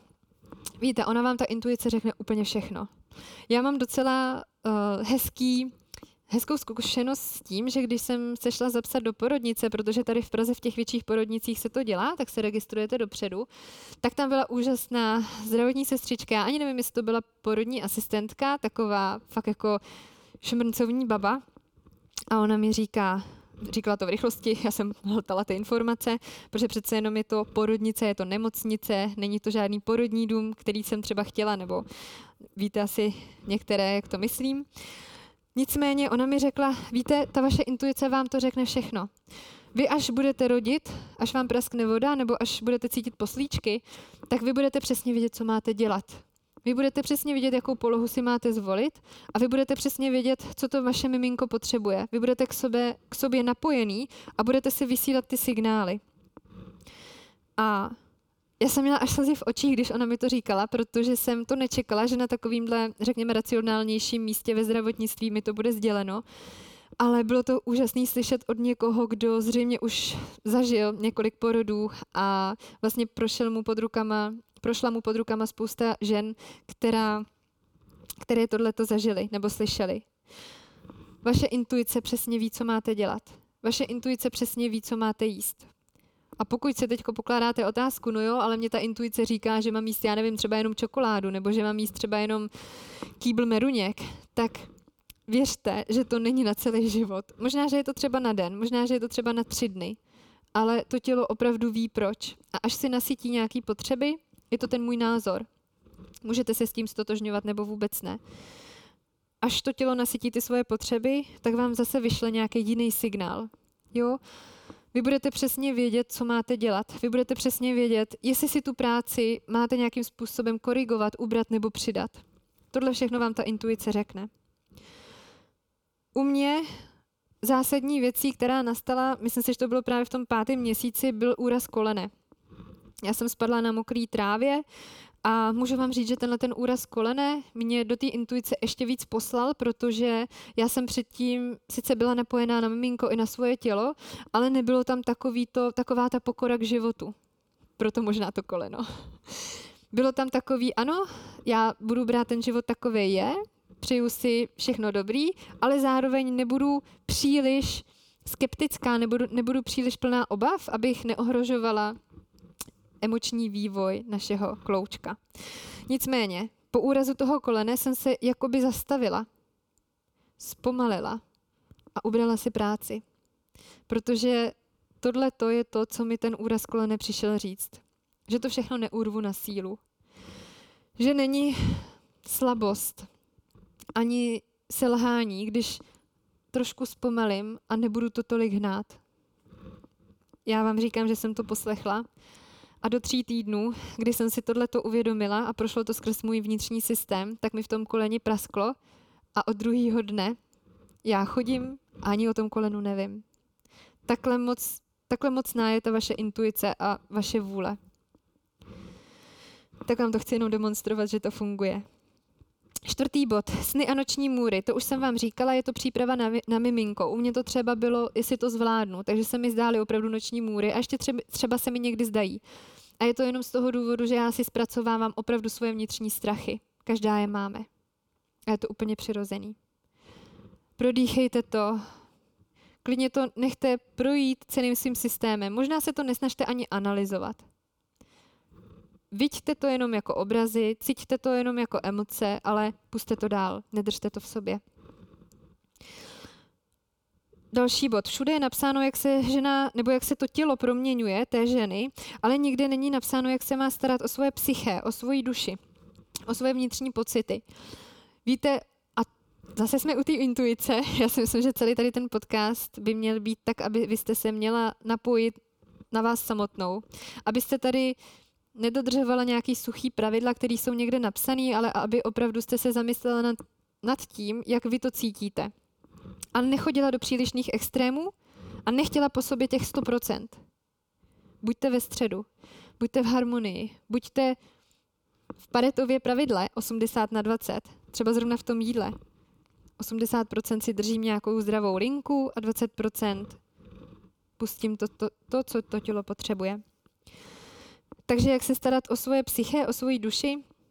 Víte, ona vám ta intuice řekne úplně všechno. Já mám docela uh, hezký hezkou zkušenost s tím, že když jsem se šla zapsat do porodnice, protože tady v Praze v těch větších porodnicích se to dělá, tak se registrujete dopředu, tak tam byla úžasná zdravotní sestřička. Já ani nevím, jestli to byla porodní asistentka, taková fakt jako šmrncovní baba. A ona mi říká, říkala to v rychlosti, já jsem hltala ty informace, protože přece jenom je to porodnice, je to nemocnice, není to žádný porodní dům, který jsem třeba chtěla, nebo víte asi některé, jak to myslím. Nicméně ona mi řekla, víte, ta vaše intuice vám to řekne všechno. Vy až budete rodit, až vám praskne voda, nebo až budete cítit poslíčky, tak vy budete přesně vědět, co máte dělat. Vy budete přesně vědět, jakou polohu si máte zvolit a vy budete přesně vědět, co to vaše miminko potřebuje. Vy budete k sobě, k sobě napojený a budete si vysílat ty signály. A já jsem měla až slzy v očích, když ona mi to říkala, protože jsem to nečekala, že na takovýmhle, řekněme, racionálnějším místě ve zdravotnictví mi to bude sděleno. Ale bylo to úžasný slyšet od někoho, kdo zřejmě už zažil několik porodů a vlastně prošel mu pod rukama, prošla mu pod rukama spousta žen, která, které tohleto zažili nebo slyšeli. Vaše intuice přesně ví, co máte dělat. Vaše intuice přesně ví, co máte jíst. A pokud se teď pokládáte otázku, no jo, ale mě ta intuice říká, že mám jíst, já nevím, třeba jenom čokoládu, nebo že mám jíst třeba jenom kýbl meruněk, tak věřte, že to není na celý život. Možná, že je to třeba na den, možná, že je to třeba na tři dny, ale to tělo opravdu ví proč. A až si nasytí nějaký potřeby, je to ten můj názor. Můžete se s tím stotožňovat nebo vůbec ne. Až to tělo nasytí ty svoje potřeby, tak vám zase vyšle nějaký jiný signál. Jo? Vy budete přesně vědět, co máte dělat. Vy budete přesně vědět, jestli si tu práci máte nějakým způsobem korigovat, ubrat nebo přidat. Tohle všechno vám ta intuice řekne. U mě zásadní věcí, která nastala, myslím si, že to bylo právě v tom pátém měsíci, byl úraz kolene. Já jsem spadla na mokrý trávě a můžu vám říct, že tenhle ten úraz kolene mě do té intuice ještě víc poslal, protože já jsem předtím sice byla napojená na miminko i na svoje tělo, ale nebylo tam takový to, taková ta pokora k životu. Proto možná to koleno. Bylo tam takový, ano, já budu brát ten život takový je, přeju si všechno dobrý, ale zároveň nebudu příliš skeptická, nebudu, nebudu příliš plná obav, abych neohrožovala emoční vývoj našeho kloučka. Nicméně, po úrazu toho kolene jsem se jakoby zastavila, zpomalila a ubrala si práci. Protože tohle to je to, co mi ten úraz kolene přišel říct. Že to všechno neurvu na sílu. Že není slabost, ani selhání, když trošku zpomalím a nebudu to tolik hnát. Já vám říkám, že jsem to poslechla a do tří týdnů, kdy jsem si tohleto uvědomila a prošlo to skrz můj vnitřní systém, tak mi v tom koleni prasklo a od druhého dne já chodím a ani o tom kolenu nevím. Takhle moc, takhle mocná je ta vaše intuice a vaše vůle. Tak vám to chci jenom demonstrovat, že to funguje. Čtvrtý bod, sny a noční můry. To už jsem vám říkala, je to příprava na, na miminko. U mě to třeba bylo, jestli to zvládnu, takže se mi zdály opravdu noční můry a ještě třeba, třeba se mi někdy zdají. A je to jenom z toho důvodu, že já si zpracovávám opravdu svoje vnitřní strachy. Každá je máme. A je to úplně přirozený. Prodýchejte to. Klidně to nechte projít celým svým systémem. Možná se to nesnažte ani analyzovat. Viďte to jenom jako obrazy, cíťte to jenom jako emoce, ale pusťte to dál, nedržte to v sobě. Další bod. Všude je napsáno, jak se žena, nebo jak se to tělo proměňuje té ženy, ale nikde není napsáno, jak se má starat o svoje psyché, o svoji duši, o svoje vnitřní pocity. Víte, a zase jsme u té intuice, já si myslím, že celý tady ten podcast by měl být tak, aby vy jste se měla napojit na vás samotnou, abyste tady nedodržovala nějaký suchý pravidla, které jsou někde napsané, ale aby opravdu jste se zamyslela nad, nad tím, jak vy to cítíte. A nechodila do přílišných extrémů a nechtěla po sobě těch sto procent. Buďte ve středu, buďte v harmonii, buďte v Paretově pravidle osmdesát na dvacet, třeba zrovna v tom jídle. osmdesát procent si držím nějakou zdravou linku a dvacet procent pustím to, to, to, co to tělo potřebuje. Takže jak se starat o svoje psyché, o svoji duši,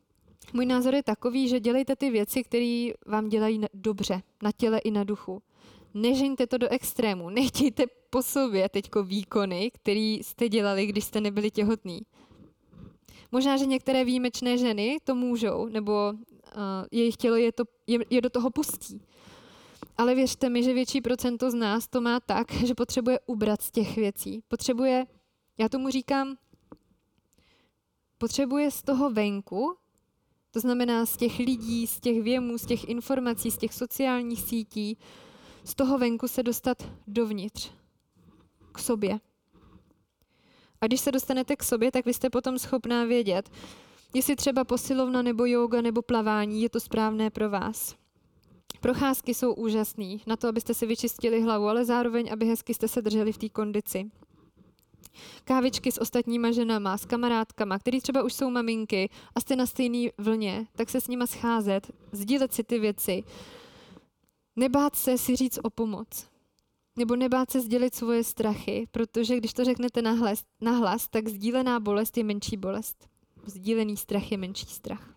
Můj názor je takový, že dělejte ty věci, které vám dělají dobře, na těle i na duchu. Nežeňte to do extrému, nechtějte po sobě teďko výkony, které jste dělali, když jste nebyli těhotní. Možná, že některé výjimečné ženy to můžou, nebo uh, jejich tělo je, to, je, je do toho pustí. Ale věřte mi, že větší procento z nás to má tak, že potřebuje ubrat z těch věcí. Potřebuje, já tomu říkám, potřebuje z toho venku, to znamená z těch lidí, z těch věmů, z těch informací, z těch sociálních sítí, z toho venku se dostat dovnitř, k sobě. A když se dostanete k sobě, tak vy jste potom schopná vědět, jestli třeba posilovna nebo jóga nebo plavání je to správné pro vás. Procházky jsou úžasný na to, abyste si vyčistili hlavu, ale zároveň, aby hezky jste se drželi v té kondici. Kávičky s ostatníma ženama, s kamarádkama, který třeba už jsou maminky a jste na stejné vlně, tak se s nima scházet, sdílet si ty věci. Nebát se si říct o pomoc. Nebo nebát se sdělit svoje strachy, protože když to řeknete nahlas, nahlas, tak sdílená bolest je menší bolest. Sdílený strach je menší strach.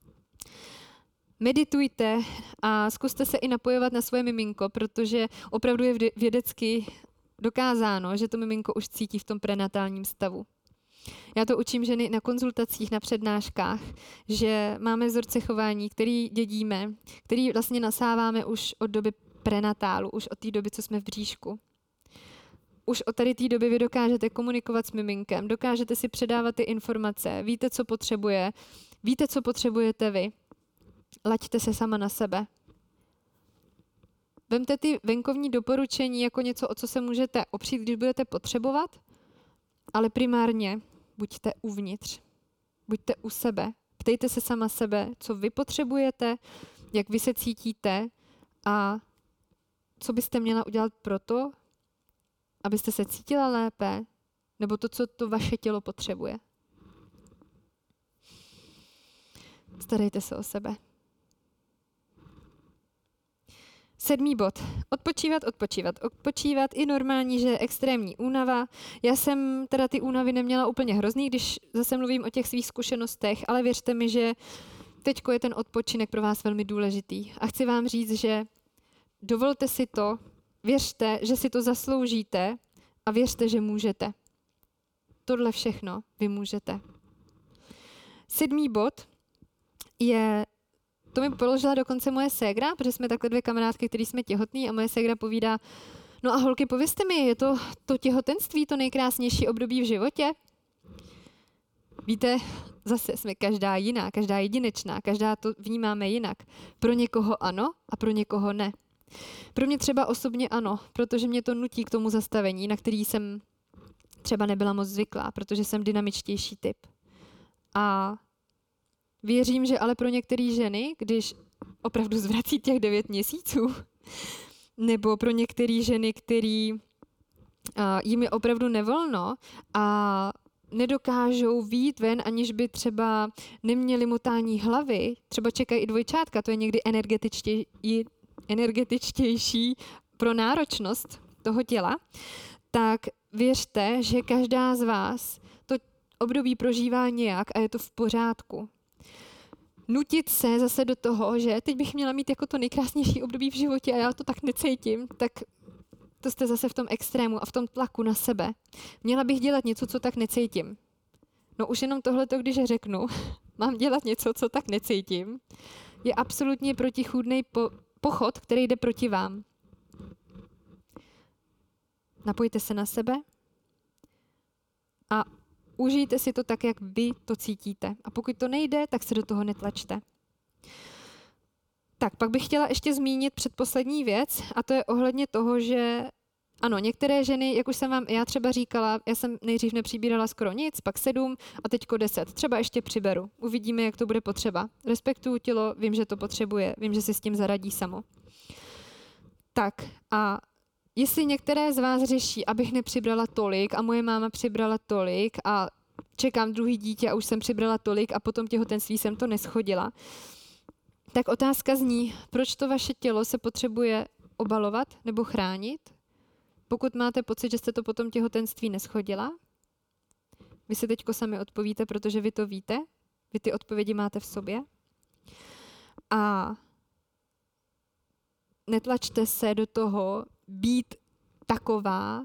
Meditujte a zkuste se i napojovat na svoje miminko, protože opravdu je vědecky dokázáno, že to miminko už cítí v tom prenatálním stavu. Já to učím ženy na konzultacích, na přednáškách, že máme vzorce chování, který dědíme, který vlastně nasáváme už od doby prenatálu, už od té doby, co jsme v bříšku. Už od tady té doby vy dokážete komunikovat s miminkem, dokážete si předávat ty informace, víte, co potřebuje, víte, co potřebujete vy. Laďte se sama na sebe. Vemte ty venkovní doporučení jako něco, o co se můžete opřít, když budete potřebovat, ale primárně buďte uvnitř, buďte u sebe. Ptejte se sama sebe, co vy potřebujete, jak vy se cítíte a co byste měla udělat pro to, abyste se cítila lépe, nebo to, co to vaše tělo potřebuje. Starejte se o sebe. Sedmý bod. Odpočívat, odpočívat, odpočívat. I normální, že je extrémní únava. Já jsem teda ty únavy neměla úplně hrozný, když zase mluvím o těch svých zkušenostech, ale věřte mi, že teďko je ten odpočinek pro vás velmi důležitý. A chci vám říct, že dovolte si to, věřte, že si to zasloužíte a věřte, že můžete. Tohle všechno vy můžete. Sedmý bod je, to mi položila dokonce moje ségra, protože jsme takhle dvě kamarádky, které jsme těhotný a moje ségra povídá, no a holky, povězte mi, je to, to těhotenství to nejkrásnější období v životě? Víte, zase jsme každá jiná, každá jedinečná, každá to vnímáme jinak. Pro někoho ano a pro někoho ne. Pro mě třeba osobně ano, protože mě to nutí k tomu zastavení, na který jsem třeba nebyla moc zvyklá, protože jsem dynamičtější typ. A věřím, že ale pro některé ženy, když opravdu zvrací těch devět měsíců, nebo pro některé ženy, který uh, jim je opravdu nevolno a nedokážou vyjít ven, aniž by třeba neměli motání hlavy, třeba čekají i dvojčátka, to je někdy energetičtější, energetičtější pro náročnost toho těla, tak věřte, že každá z vás to období prožívá nějak a je to v pořádku. Nutit se zase do toho, že teď bych měla mít jako to nejkrásnější období v životě a já to tak necítím, tak to jste zase v tom extrému a v tom tlaku na sebe. Měla bych dělat něco, co tak necítím. No už jenom tohleto, když řeknu, mám dělat něco, co tak necítím, je absolutně protichůdnej po, pochod, který jde proti vám. Napojte se na sebe a užijte si to tak, jak vy to cítíte. A pokud to nejde, tak se do toho netlačte. Tak, pak bych chtěla ještě zmínit předposlední věc, a to je ohledně toho, že ano, některé ženy, jak už jsem vám já třeba říkala, já jsem nejdřív nepřibírala skoro nic, pak sedm a teďko deset. Třeba ještě přiberu. Uvidíme, jak to bude potřeba. Respektuju tělo, vím, že to potřebuje, vím, že si s tím zaradí samo. Tak a jestli některé z vás řeší, abych nepřibrala tolik a moje máma přibrala tolik a čekám druhý dítě a už jsem přibrala tolik a potom těhotenství jsem to neschodila, tak otázka zní, proč to vaše tělo se potřebuje obalovat nebo chránit, pokud máte pocit, že jste to potom těhotenství neschodila. Vy se teďko sami odpovíte, protože vy to víte. Vy ty odpovědi máte v sobě. A netlačte se do toho být taková,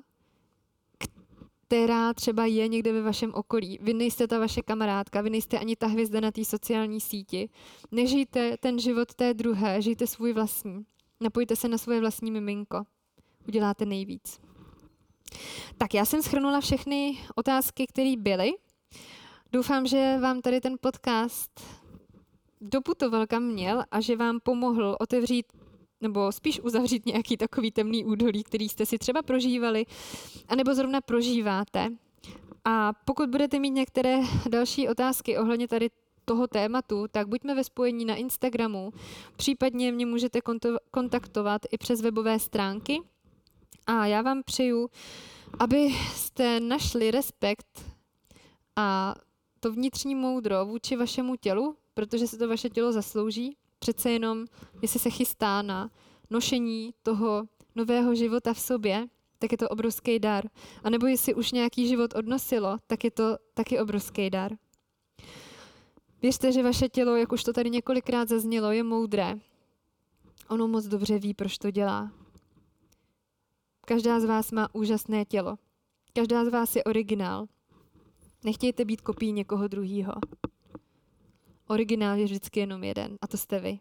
která třeba je někde ve vašem okolí. Vy nejste ta vaše kamarádka, vy nejste ani ta hvězda na té sociální síti. Nežijte ten život té druhé, žijte svůj vlastní. Napojte se na svoje vlastní miminko. Uděláte nejvíc. Tak já jsem shrnula všechny otázky, které byly. Doufám, že vám tady ten podcast doputoval kam měl a že vám pomohl otevřít nebo spíš uzavřít nějaký takový temný údolí, který jste si třeba prožívali, anebo zrovna prožíváte. A pokud budete mít některé další otázky ohledně tady toho tématu, tak buďme ve spojení na Instagramu, případně mě můžete kontaktovat i přes webové stránky. A já vám přeju, abyste našli respekt a to vnitřní moudro vůči vašemu tělu, protože se to vaše tělo zaslouží. Přece jenom, jestli se chystá na nošení toho nového života v sobě, tak je to obrovský dar. A nebo jestli už nějaký život odnosilo, tak je to taky obrovský dar. Věřte, že vaše tělo, jak už to tady několikrát zaznělo, je moudré. Ono moc dobře ví, proč to dělá. Každá z vás má úžasné tělo. Každá z vás je originál. Nechtějte být kopií někoho druhýho. Originál je vždycky jenom jeden a to jste vy.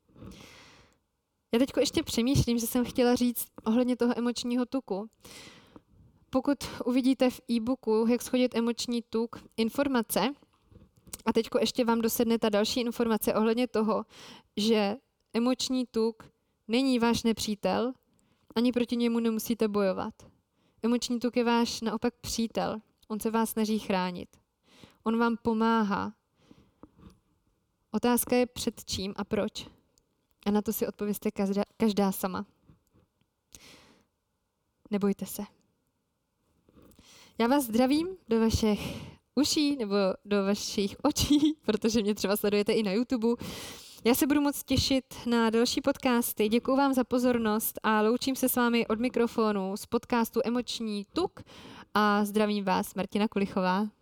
Já teď ještě přemýšlím, že jsem chtěla říct ohledně toho emočního tuku. Pokud uvidíte v e-booku, jak schodit emoční tuk, informace, a teď ještě vám dosedne ta další informace ohledně toho, že emoční tuk není váš nepřítel, ani proti němu nemusíte bojovat. Emoční tuk je váš naopak přítel. On se vás snaží chránit. On vám pomáhá. Otázka je před čím a proč. A na to si odpovězte každá, každá sama. Nebojte se. Já vás zdravím do vašich uší nebo do vašich očí, protože mě třeba sledujete i na YouTube. Já se budu moc těšit na další podcasty. Děkuji vám za pozornost a loučím se s vámi od mikrofonu z podcastu Emoční tuk a zdravím vás, Martina Kulichová.